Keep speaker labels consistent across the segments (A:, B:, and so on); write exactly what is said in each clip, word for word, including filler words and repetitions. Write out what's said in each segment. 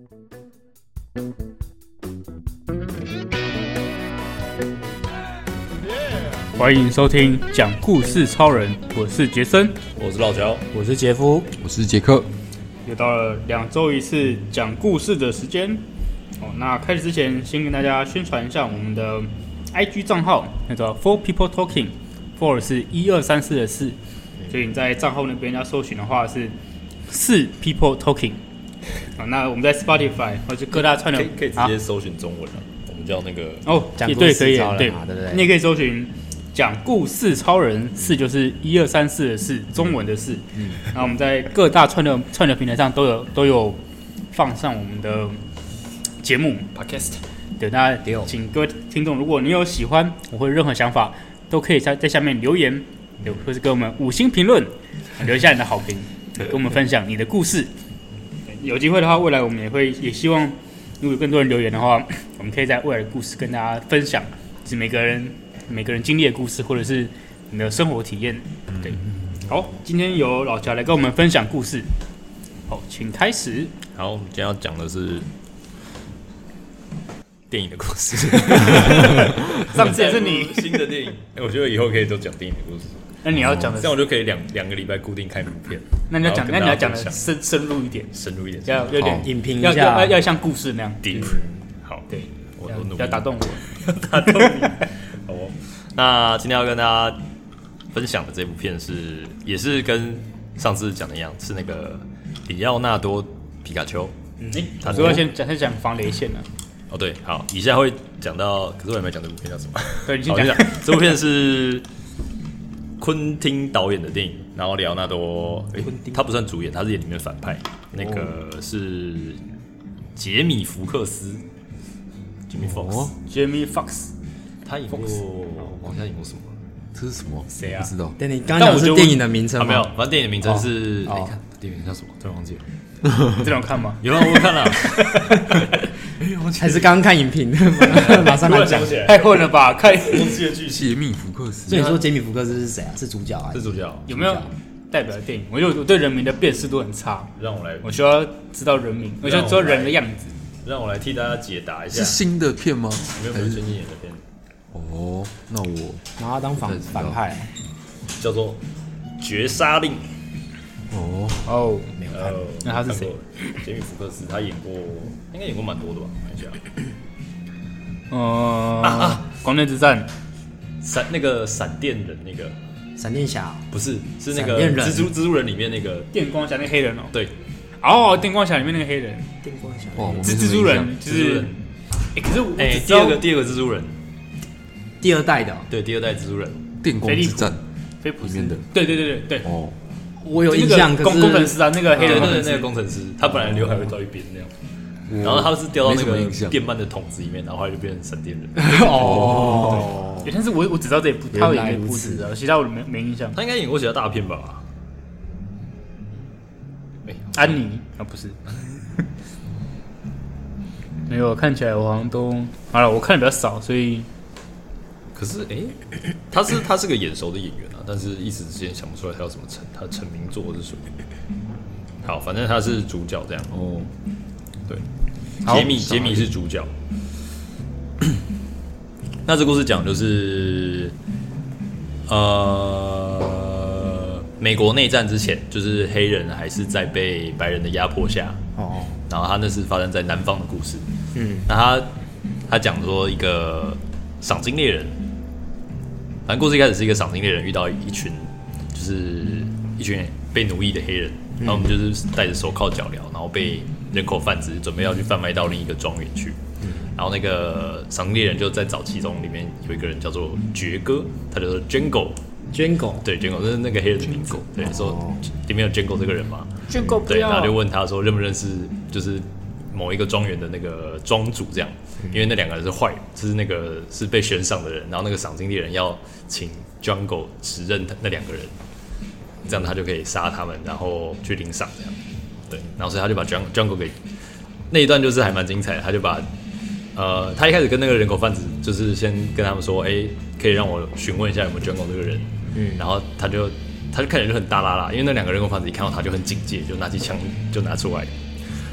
A: 欢迎收听讲故事超人，我是杰森，
B: 我是老乔，
C: 我是杰夫，
D: 我是杰克。
A: 又到了两周一次讲故事的时间。哦，那开始之前，先跟大家宣传一下我们的 I G 账号，那个 Four People Talking，Four 是一二三四的四，所以你在账号那边要搜寻的话是四 People Talking。啊，那我们在 Spotify 或者各大串流
B: 可以可以直接搜寻中文了，啊，我们叫那个
A: 哦，
C: 讲
A: 也对，可以，
C: 对，
A: 对，
C: 对不对？
A: 你也可以搜寻。讲故事超人四就是一二三四的四，中文的四。嗯，然后我们在各大串流串流平台上都有都有放上我们的节目
B: podcast。
A: 对，大家请各位听众，如果你有喜欢，我或者任何想法，都可以在在下面留言，或是给我们五星评论，留下你的好评，跟我们分享你的故事。有机会的话，未来我们也会也希望，如果有更多人留言的话，我们可以在未来的故事跟大家分享，就是每个人。每个人经历的故事，或者是你的生活体验，对。好，今天由老乔来跟我们分享故事。好，请开始。
B: 好，我们今天要讲的是电影的故事。
A: 上次也是你
B: 新的电影，欸，我觉得以后可以都讲电影的故事。
A: 那你要讲的，
B: 这样我就可以两两个礼拜固定看一部片。
A: 那你要讲，那你要讲的深深入一点，
B: 深入一点，
A: 要有点
C: 影评一
A: 下，
C: 下，
A: 要要要像故事那样
B: deep。好，
A: 对，
B: 我都努力
A: 要打动我，
B: 要打动你。好哦，那今天要跟大家分享的这部片是，也是跟上次讲的一样，是那个里奥纳多皮卡丘。
A: 嗯，哎，欸，主要先讲先讲防雷线了。
B: 哦，对，好，以下会讲到，可是我也没讲这部片叫什么。
A: 对，你先讲。
B: 这部片是昆汀导演的电影，然后里奥纳多，欸，他不算主演，他是演里面反派，那个是杰米福克斯 ，Jamie Foxx，Jamie
A: Foxx。
B: 他演过，我忘记他演过什么？
D: 这是什么？
A: 谁啊？
D: 不知道。
C: 对，你刚刚讲的是电影的名称吗？
B: 啊，没有，反正电影的名称是，
C: 哦，
B: 你看电影叫什么？突然忘记了。
A: 这种看吗？
B: 有啊，我看了。
C: 还是刚刚看影评，马上来讲，
A: 太混了吧？看
B: 忘记了剧情。
D: 杰米福克斯。
C: 所以你说杰米福克斯是谁啊？是主角啊？
B: 是主角。
A: 有没有代表的电影？我就我对人名的辨识度很差。
B: 让我来，
A: 我需要知道人名，我需要知道人的样子。
B: 让我来替大家解答一下。
D: 是新的片吗？
B: 没有，没有最近演的片。
D: 哦，那我
C: 拿他当反反派，
B: 叫做《绝杀令》。
D: 哦
A: 哦，
C: 没有看。
A: 那他是谁？
B: 杰米福克斯，他演过，应该演过蛮多的吧？看一下。
A: 呃啊啊！光电之战，
B: 闪那个闪电人那个。
C: 闪电侠
B: 不是，是那个蜘蛛蜘蛛人里面那个
A: 电光侠那个黑人哦。
B: 对。
A: 哦，电光侠里面那个黑人。
C: 电光侠。
D: 哇，
A: 蜘蜘蛛人就是。哎，可是我
B: 哎，第二个第二个蜘蛛人。
C: 第二代的，
B: 对，第二代蜘蛛人，
D: 电光之战
A: 飞普
D: 里面的，
A: 对对对对对。
D: 哦，
C: 我有印象，
A: 工工程师啊，那个黑人
B: 对对那个工程师，他本来刘海会到一边那样，然后他是掉到那个电鳗的桶子里面，然后后来就变成闪电人。
A: 哦，对，但是我我只知道这一部，他有演一部只知道，其他我没没印象。
B: 他应该演过其他大片吧？
A: 安妮啊，不是。没有，看起来我好像都好了，我看的比较少，所以。
B: 可是，哎，他是他是个眼熟的演员啊，但是一时之间想不出来他有什么成他的成名作是什么。好，反正他是主角这样。哦，对，杰米杰米是主角。那这故事讲就是，呃，美国内战之前，就是黑人还是在被白人的压迫下。哦。然后他那是发生在南方的故事。嗯。那他他讲说一个赏金猎人。反正故事一开始是一个赏金猎人遇到一群，就是一群被奴役的黑人，然后我们就是戴着手铐脚镣，然后被人口贩子准备要去贩卖到另一个庄园去。然后那个赏金猎人就在找其中里面有一个人叫做爵哥，他叫做 Django。Django 对 Django 这是那个黑人的名字。对，说里面有 Django 这个人嘛
A: ？Django
B: 对，然后就问他说认不认识，就是某一个庄园的那个庄主这样。因为那两个人是坏人，就是那个是被悬赏的人，然后那个赏金猎人要请 Django 指认那两个人，这样他就可以杀他们，然后去领赏这样。对，然后所以他就把 Django 给那一段就是还蛮精彩的，他就把呃他一开始跟那个人口贩子就是先跟他们说，哎，可以让我询问一下有没有 Django 这个人，嗯，然后他就他就看起来就很大啦啦，因为那两个人口贩子一看到他就很警戒，就拿起枪就拿出来。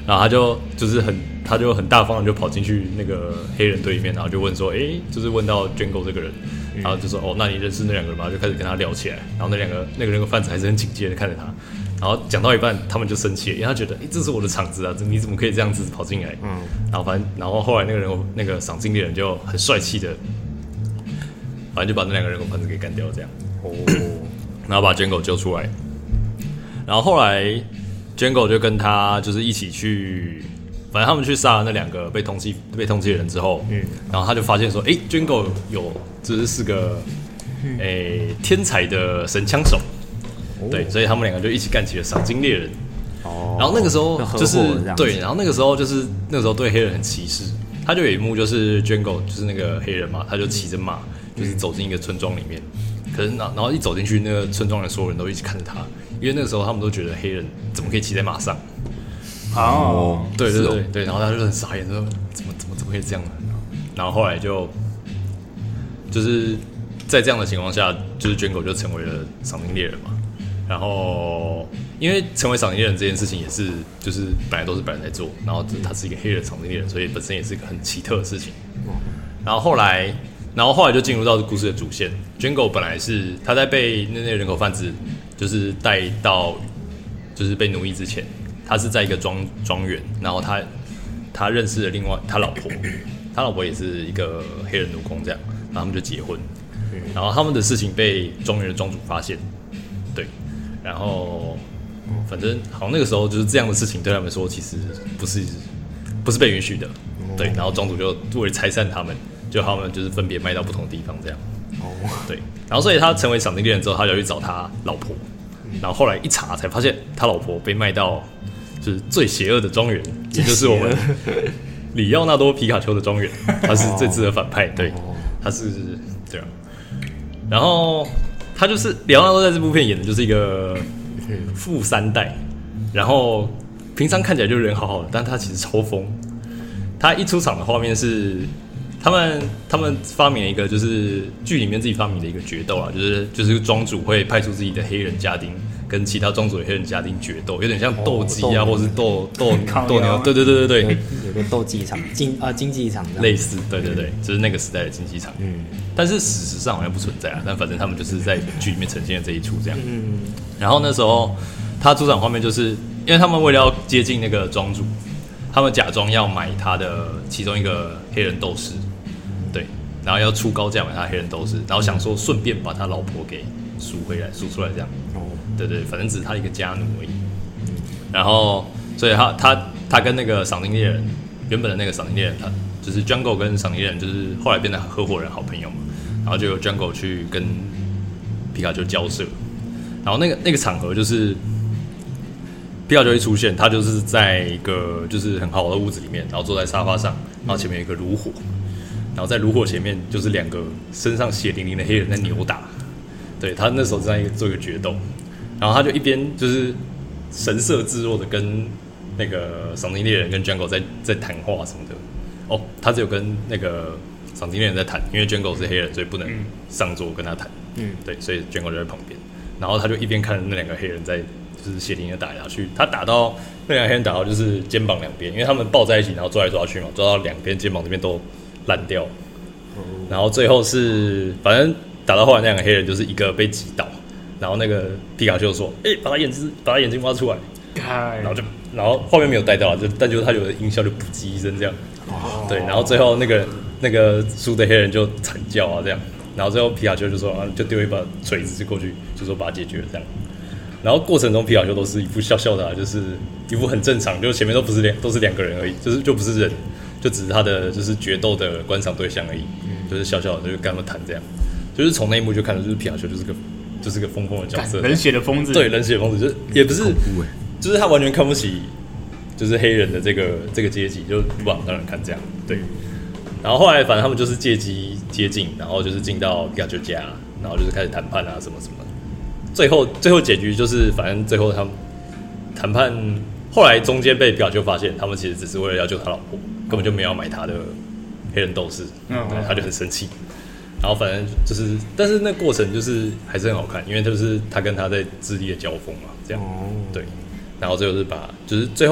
B: 然后他就就是很他就很大方的就跑进去那个黑人队里面，然后就问说，哎、欸，就是问到 Django 这个人，然后就说，哦，那你认识那两个人吗？就开始跟他聊起来，然后那两个那个人的贩子还是很警戒的看着他，然后讲到一半，他们就生气了，因为他觉得，哎、欸，这是我的场子啊，你怎么可以这样子跑进来？嗯，然后反正然后后来那个人那个赏金猎人就很帅气的，反正就把那两个人口贩子给干掉这样。哦，然后把 Django 救出来，然后后来 Django 就跟他就是一起去，反正他们去杀了那两个被通缉被通缉的人之后，嗯，然后他就发现说，哎 ，Django 有就是是个哎、欸、天才的神枪手，哦、对，所以他们两个就一起干起了赏金猎人。哦，然后那个时候就是对，然后那个时候就是那个时候对黑人很歧视，他就有一幕就是 Django 就是那个黑人嘛，他就骑着马就是走进一个村庄里面。可是，然后一走进去，那个村庄的所有人都一起看着他，因为那个时候他们都觉得黑人怎么可以骑在马上？哦，对对对对，然后他就很傻眼，说怎么怎么怎么可以这样呢？然后后来就就是在这样的情况下，就是 Django 就成为了赏金猎人嘛。然后因为成为赏金猎人这件事情也是就是本来都是白人在做，然后他是一个黑人赏金猎人，所以本身也是一个很奇特的事情。然后后来。然后后来就进入到故事的主线 ，Django 本来是他在被那些人口贩子就是带到就是被奴役之前，他是在一个庄庄园，然后他他认识了另外他老婆，他老婆也是一个黑人奴工这样，然后他们就结婚，然后他们的事情被庄园的庄主发现，对，然后反正好像那个时候就是这样的事情对他们说其实不是不是被允许的，对，然后庄主就为了拆散他们。就他们就是分别卖到不同的地方，这样。哦，对，然后所以他成为赏金猎人之后，他就去找他老婆，然后后来一查才发现他老婆被卖到就是最邪恶的庄园，也就是我们里奥纳多皮卡丘的庄园，他是这次的反派，对，他是对啊。然后他就是里奥纳多在这部片演的就是一个富三代，然后平常看起来就人好好的，但他其实超疯。他一出场的画面是。他们他们发明了一个，就是剧里面自己发明的一个决斗啊，就是就是庄主会派出自己的黑人家丁跟其他庄主的黑人家丁决斗，有点像斗鸡啊，哦、或是斗斗斗牛，对对对对对，
C: 有个斗技场竞啊竞技场
B: 类似，对对对，就是那个时代的竞技场。嗯，但是事实上好像不存在啊，但反正他们就是在剧里面呈现了这一出这样。嗯，然后那时候他出场画面就是，因为他们为了要接近那个庄主，他们假装要买他的其中一个黑人斗士。对，然后要出高价买他黑人斗士，然后想说顺便把他老婆给赎回来，赎出来这样。哦，对对，反正只是他一个家奴而已。然后，所以他他他跟那个赏金猎人，原本的那个赏金猎人，他就是 Django 跟赏金猎人，就是后来变成合伙人、好朋友嘛。然后就由 Django 去跟皮卡丘交涉。然后那个那个场合就是皮卡丘一出现，他就是在一个就是很好的屋子里面，然后坐在沙发上，然后前面有一个炉火。然后在炉火前面就是两个身上血淋淋的黑人在扭打，对他那时候在做一个决斗，然后他就一边就是神色自若的跟那个赏金猎人跟 Django 在在谈话什么的。哦，他只有跟那个赏金猎人在谈，因为 Django 是黑人，所以不能上桌跟他谈。嗯，对，所以 Django 就在旁边，然后他就一边看那两个黑人在就是血淋淋的打来打去，他打到那两个黑人打到就是肩膀两边，因为他们抱在一起，然后抓来抓去嘛，抓到两边肩膀这边都烂掉，然后最后是反正打到后来那两个黑人就是一个被击倒，然后那个皮卡丘说：“哎、欸，把他眼睛把他眼睛挖出来。”然后就然后画面没有带到，就但就是他有的音效就噗叽一声这样，哦、对，然后最后那个那个输的黑人就惨叫啊这样，然后最后皮卡丘就说啊，就丢一把锤子就过去，就说把它解决了这样。然后过程中皮卡丘都是一副笑笑的、啊，就是一副很正常，就前面都不是两都是两个人而已，就是就不是人。就只是他的就是决斗的观赏对象而已，嗯、就是笑笑的，就跟他们谈这样，就是从那一幕就看到，就是皮卡丘就是个就是个疯疯的角色，
A: 冷血的疯子，
B: 对，冷血的疯子，就是也不是，就是他完全看不起，就是黑人的这个这个阶级，就不把当人看这样，对。然后后来反正他们就是借机接近，然后就是进到皮卡丘家，然后就是开始谈判啊什么什么，最后最后结局就是反正最后他们谈判。后来中间被皮卡丘发现，他们其实只是为了要救他老婆，根本就没有要买他的黑人斗士，嗯、对，他就很生气。然后反正就是，但是那过程就是还是很好看，因为就是他跟他在智力的交锋嘛，这样，对。然后最后是把，就是最后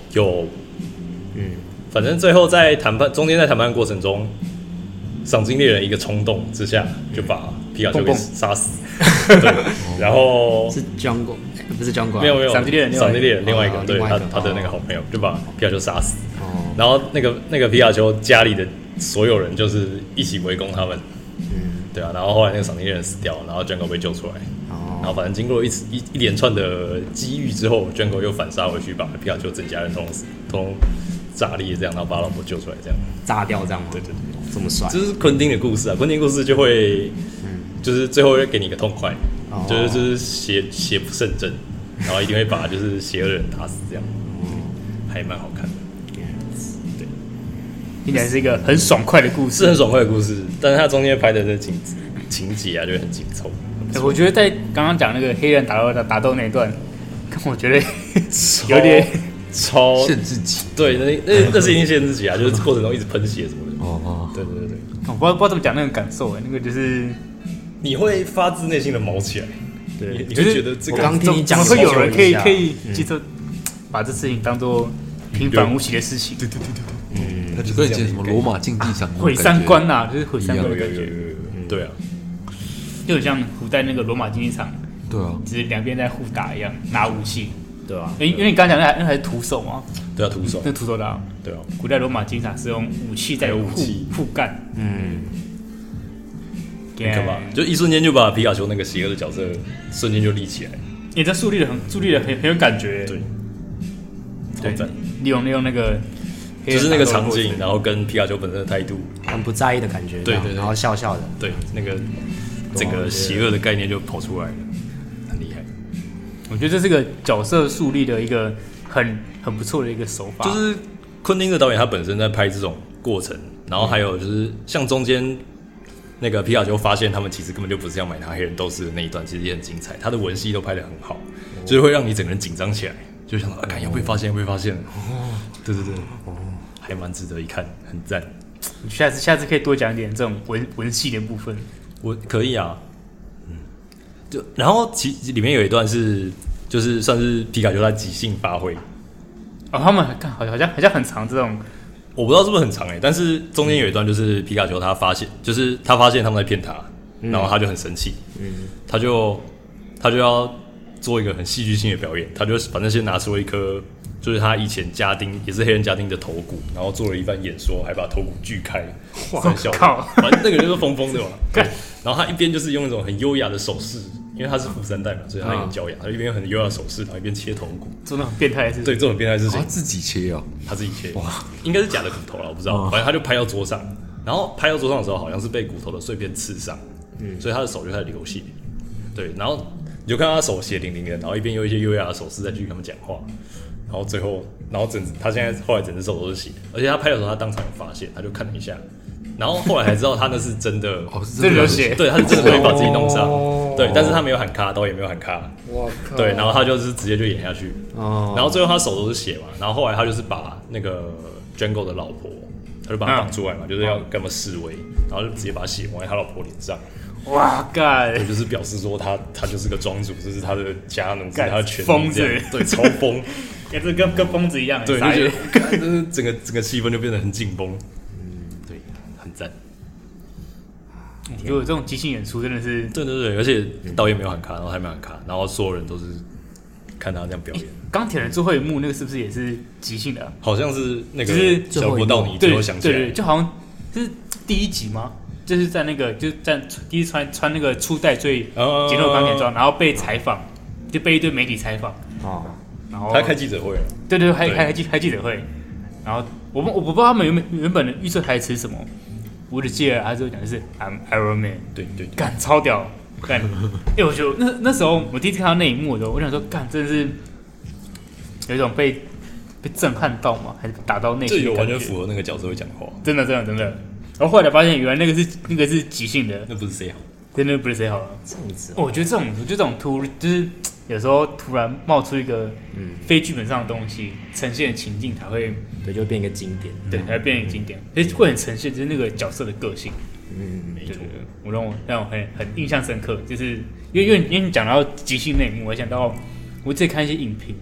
B: 有，嗯，反正最后在谈判中间，在谈判过程中，赏金猎人一个冲动之下就把皮卡丘给杀死，对，然后
C: 是 Jungle 不是 Jungle，
B: 没有没有
A: 赏金猎人，
B: 赏金猎人另外一个，
C: 哦、
B: 对他他的那个好朋友就把皮卡丘杀死，哦，然后那个那个皮卡丘家里的所有人就是一起围攻他们，嗯，对啊，然后后来那个赏金猎人死掉，然后 Jungle 被救出来。然后反正经过一一一连串的机遇之后 ，Jungle 又反杀回去，把皮卡丘整家人通通炸裂，这样，然后把老婆救出来，这样
C: 炸掉，这样吗？
B: 对对对，
C: 这么帅。
B: 这是昆汀的故事啊，昆汀故事就会，嗯，就是最后会给你一个痛快，哦、就是就是邪邪不胜正，然后一定会把就是邪恶的人打死，这样，嗯，还蛮好看的。对，
A: 听起来是一个很爽快的故事，
B: 是很爽快的故事，但是它中间拍的那情情节啊，就会很紧凑。
A: 欸、我觉得在刚刚讲那个黑人打斗打斗那一段，我觉得有点
B: 超
D: 限制级，
B: 对，那那那是一定限制级啊，就是过程中一直喷血什么的。哦哦，对对对对，
A: 我不知道不知道怎么讲那种感受哎，那个就是
B: 你会发自内心的毛起来，对，你会觉得这个。
C: 我刚听你讲，
A: 会有人可以可以接受把这事情当做平凡无奇的事情，
B: 对对对对对，
D: 嗯，他就跟以前什么罗马竞技场
A: 毁三观呐，就是毁三观的感觉，
B: 对啊。
A: 就很像古代那个罗马竞技场，
D: 对啊，
A: 只是两边在互打一样，拿武器，
C: 对啊，
A: 因为你刚才讲那那还是徒手嘛，
B: 对啊，徒手，
A: 那徒手打，
B: 对啊，
A: 古代罗马竞技场是用武器在互互干，嗯，
B: 很可怕，就一瞬间就把皮卡丘那个邪恶的角色瞬间就立起来，
A: 你这树立的很树立的很很有感觉，
B: 对，
A: 对，利用利用那个。
B: 就是那个场景，然后跟皮卡丘本身的态度，
C: 很不在意的感觉，
B: 对 对, 对，
C: 然后笑笑的，
B: 对，那个整个邪恶的概念就跑出来了，很厉害。
A: 我觉得这是个角色树立的一个很很不错的一个手法。
B: 就是昆汀的导演他本身在拍这种过程，然后还有就是像中间那个皮卡丘发现他们其实根本就不是要买他黑人斗士的那一段，其实也很精彩，他的文戏都拍得很好，哦、就是会让你整个人紧张起来，就想到啊，看要被发现，要被发现了。哦，对对对，哦。还蛮值得一看，很赞。
A: 你下次下次可以多讲一点这种文文戏的部分。
B: 我可以啊，嗯，就然后其里面有一段是，就是算是皮卡丘他即兴发挥。
A: 哦，他们看好像好像好像很长这种，
B: 我不知道是不是很长哎、欸，但是中间有一段就是皮卡丘他发现，就是他发现他们在骗他，嗯、然后他就很生气，嗯，他就他就要做一个很戏剧性的表演，他就反正先拿出了一颗。就是他以前家丁也是黑人家丁的头骨，然后做了一番演说，还把头骨锯开，
A: 哇靠！
B: 反正那个就是疯疯的嘛。对，然后他一边就是用那种很优雅的手势，因为他是富三代嘛，所以他很教养，他一边用很优雅的手势，然后一边切头骨，
A: 做那种变态的事情。
B: 对，这种变态的事情，
D: 他自己切啊，
B: 他自己切，哇，应该是假的骨头了，我不知道，反正他就拍到桌上，然后拍到桌上的时候，好像是被骨头的碎片刺伤，嗯，所以他的手就开始流血，对，然后你就看到他手血淋淋的，然后一边用一些优雅的手势再去跟他们讲话。然后最后，然后整他现在后来整只手都是血，而且他拍的时候他当场有发现，他就看了一下，然后后来才知道他那是真的，
D: 哦，是
A: 真的有血，
B: 对，他是真的会把自己弄伤，哦、对，但是他没有喊卡，导演没有喊卡，
C: 我靠，
B: 对，然后他就是直接就演下去，哦，然后最后他手都是血嘛，然后后来他就是把那个 Jungle 的老婆，他就把他绑出来嘛，嗯、就是要跟他们示威，然后就直接把血抹在他老婆脸上。
A: 哇干！
B: 对，就是表示说他他就是个庄主，这是他的家奴，这是他的权利，
A: 疯子，对，
B: 超疯，
A: 跟这跟跟疯子一样，
B: 对，就觉得，就是整个整个气氛就变得很紧绷，嗯，对，很赞。
A: 如果这种即兴演出真的是，
B: 对对对，而且导演没有喊卡，然后还没有喊卡，然后所有人都是看他这样表演。
A: 钢铁人最后一幕那个是不是也是即兴的、啊？
B: 好像是那个
A: 就是
B: 小国道你最后想起来，
A: 对对，就好像就是第一集吗？就是在那个，就是在第一次穿穿那个初代最简陋钢铁装，然后被采访，就被一堆媒体采访哦，然后
B: 他开记者会了，
A: 对对，还开记开记者会，然后我们我不知道他们原本原本的预测台词是什么，我只记得他就讲的是 I'm Iron Man，
B: 对对，
A: 干超屌，干，哎，我觉得那那时候我第一次看到那一幕的时候，我想说，干真的是有一种被被震撼到嘛，还是打到内心，
B: 这有完全符合那个角色会讲话，
A: 真的真的真的。然后后来发现，原来那个是那个是即兴的，
B: 那不是谁好，
A: 真的不是谁好了。
C: 这样子、
A: 哦，我觉得这种，我觉得这种突，就是有时候突然冒出一个嗯非剧本上的东西，呈现的情境才会，
C: 对，就会变一个经典，
A: 对，才会变一个经典，所以会很呈现就是那个角色的个性。
B: 嗯，没错，
A: 我让我让我很很印象深刻，就是因为因为因为你讲到即兴那一幕，我想到我自己看一些影评，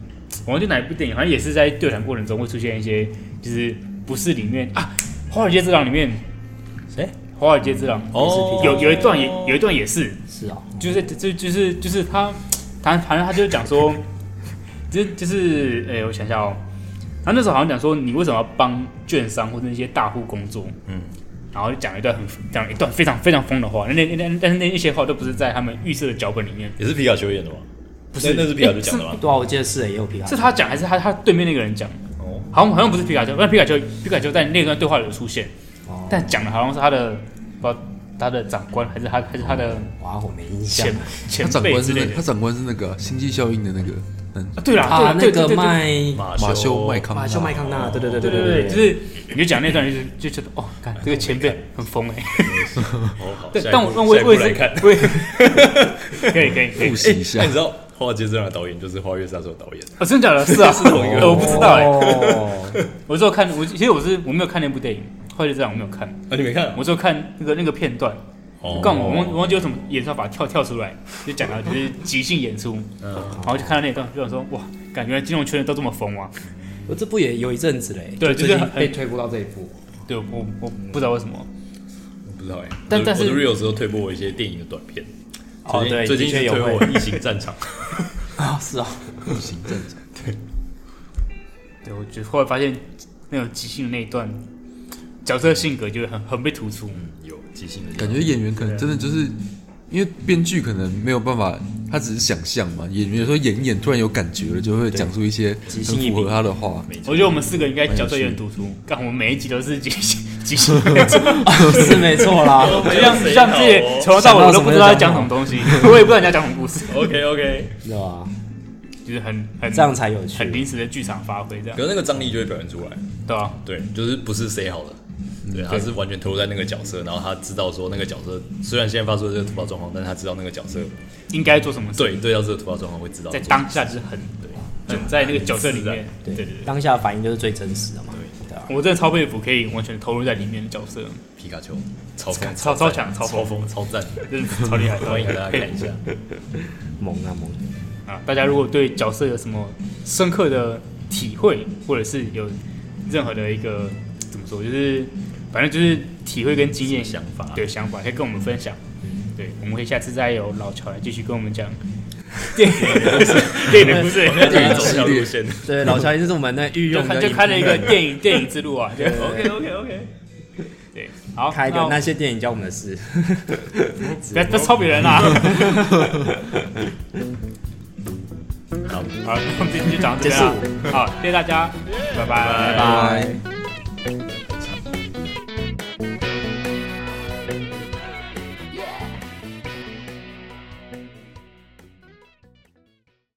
A: 我忘记哪一部电影，好像也是在对谈过程中会出现一些，就是不是里面啊，《华尔街之狼》里面
B: 谁？《
A: 华尔街之狼》
B: 哦，
A: 有有一段也有一段也是，
C: 是啊，
A: 就是就就是就是他他反正他就讲说，就就是诶、欸，我想想哦，他那时候好像讲说，你为什么要帮券商或者那些大户工作？嗯。然后就讲一段很讲一段非常非常疯的话，那那那但是那一些话都不是在他们预设的脚本里面，
B: 也是皮卡丘演的吗？
A: 不是，
B: 那是皮卡丘讲的吗？
C: 对啊，我记得是也有皮卡丘，
A: 是他讲还是他他对面那个人讲？哦，好像好像不是皮卡丘，但皮卡丘皮卡丘在那段对话里有出现，哦、但讲的好像是他的不知道他的长官还是他还是他的
C: 哇，我没印象，
A: 前前辈之类的。
D: 他长官是那个星际效应的那个。
A: 啊、对啦，
C: 啊，那个麦
D: 马修麦康
C: 马修麦康纳，对对对对对对，
A: 就是你就讲那段就是就觉得哦，看这个前辈很疯哎。
B: 哦好，
A: 对，但我我我也是看，我也可以可以
D: 复习一下。
B: 你知道《华尔街之狼》的导演就是《花月杀手》导演？
A: 哦，真的假的？是啊，
B: 是同一个，
A: 我不知道哎。我只有看，我其实我是我没有看那部电影《华尔街之狼》，我没有看。
B: 啊，你没看？
A: 我只有看那个那个片段。我刚我忘我忘记有什么演算法跳跳出来，就讲到就是即兴演出，嗯，然后就看到那段，就想说哇，感觉金融圈都这么疯啊！
C: 我这部也有一阵子嘞，
A: 对，就是
C: 被推播到这一部。
A: 对，我我不知道为什么，
B: 我不知道哎。
A: 但但是
B: 我的 reels 都推播我一些电影的短片。
A: 哦，对，
B: 最近是推我《异形战场》
C: 啊，是啊，
D: 《异形战场》
B: 对，
A: 对，我觉得后来发现那种即兴的那一段。角色性格就会很很被突出，
B: 嗯，有即兴的
D: 感觉。演员可能真的就是因为编剧可能没有办法，他只是想象嘛。演员有时候演一演，突然有感觉了，就会讲出一些很符合他的话。
A: 我觉得我们四个应该角色也很突出，干我们每一集都是即兴即兴，
C: 是没错啦。
A: 像像自己从头到尾我都不知道在讲什么东西，我也不知道人家讲什么故事。
B: OK OK，
C: 对吧？
A: 就是很很
C: 这样才有趣，
A: 很临时的剧场发挥这样。
B: 可是那个张力就会表现出来，
A: 对啊，
B: 对，就是不是 say 好的。对，他是完全投入在那个角色，然后他知道说那个角色虽然现在发出了这个突发状况，但是他知道那个角色
A: 应该做什么事。
B: 对，对到这个突发状况会知道，
A: 在当下就是很对，很在那个角色里面，对对对，
C: 当下反应就是最真实的嘛。
A: 对，我真的超佩服可以完全投入在里面的角色。
B: 皮卡丘超
A: 超超强、超
B: 超疯、超赞，
A: 真的超厉害，
B: 欢迎大家看一下。
C: 萌啊萌
A: 啊！大家如果对角色有什么深刻的体会，或者是有任何的一个怎么说，就是反正就是体会跟经验、
B: 想法，
A: 对想法可以跟我们分享。对，我们会下次再有老乔来继续跟我们讲电影的故事，电影的故事，
B: 电影走这条路线。
C: 对，老乔也是我们的御用的，
A: 就开了一个电影电影之路啊。OK OK OK。对，好，
C: 开个那些电影教我们的事，
A: 不要不要抄别人啦。好，好，我们这期就讲到这边了。好，谢谢大家，拜拜，
C: 拜拜。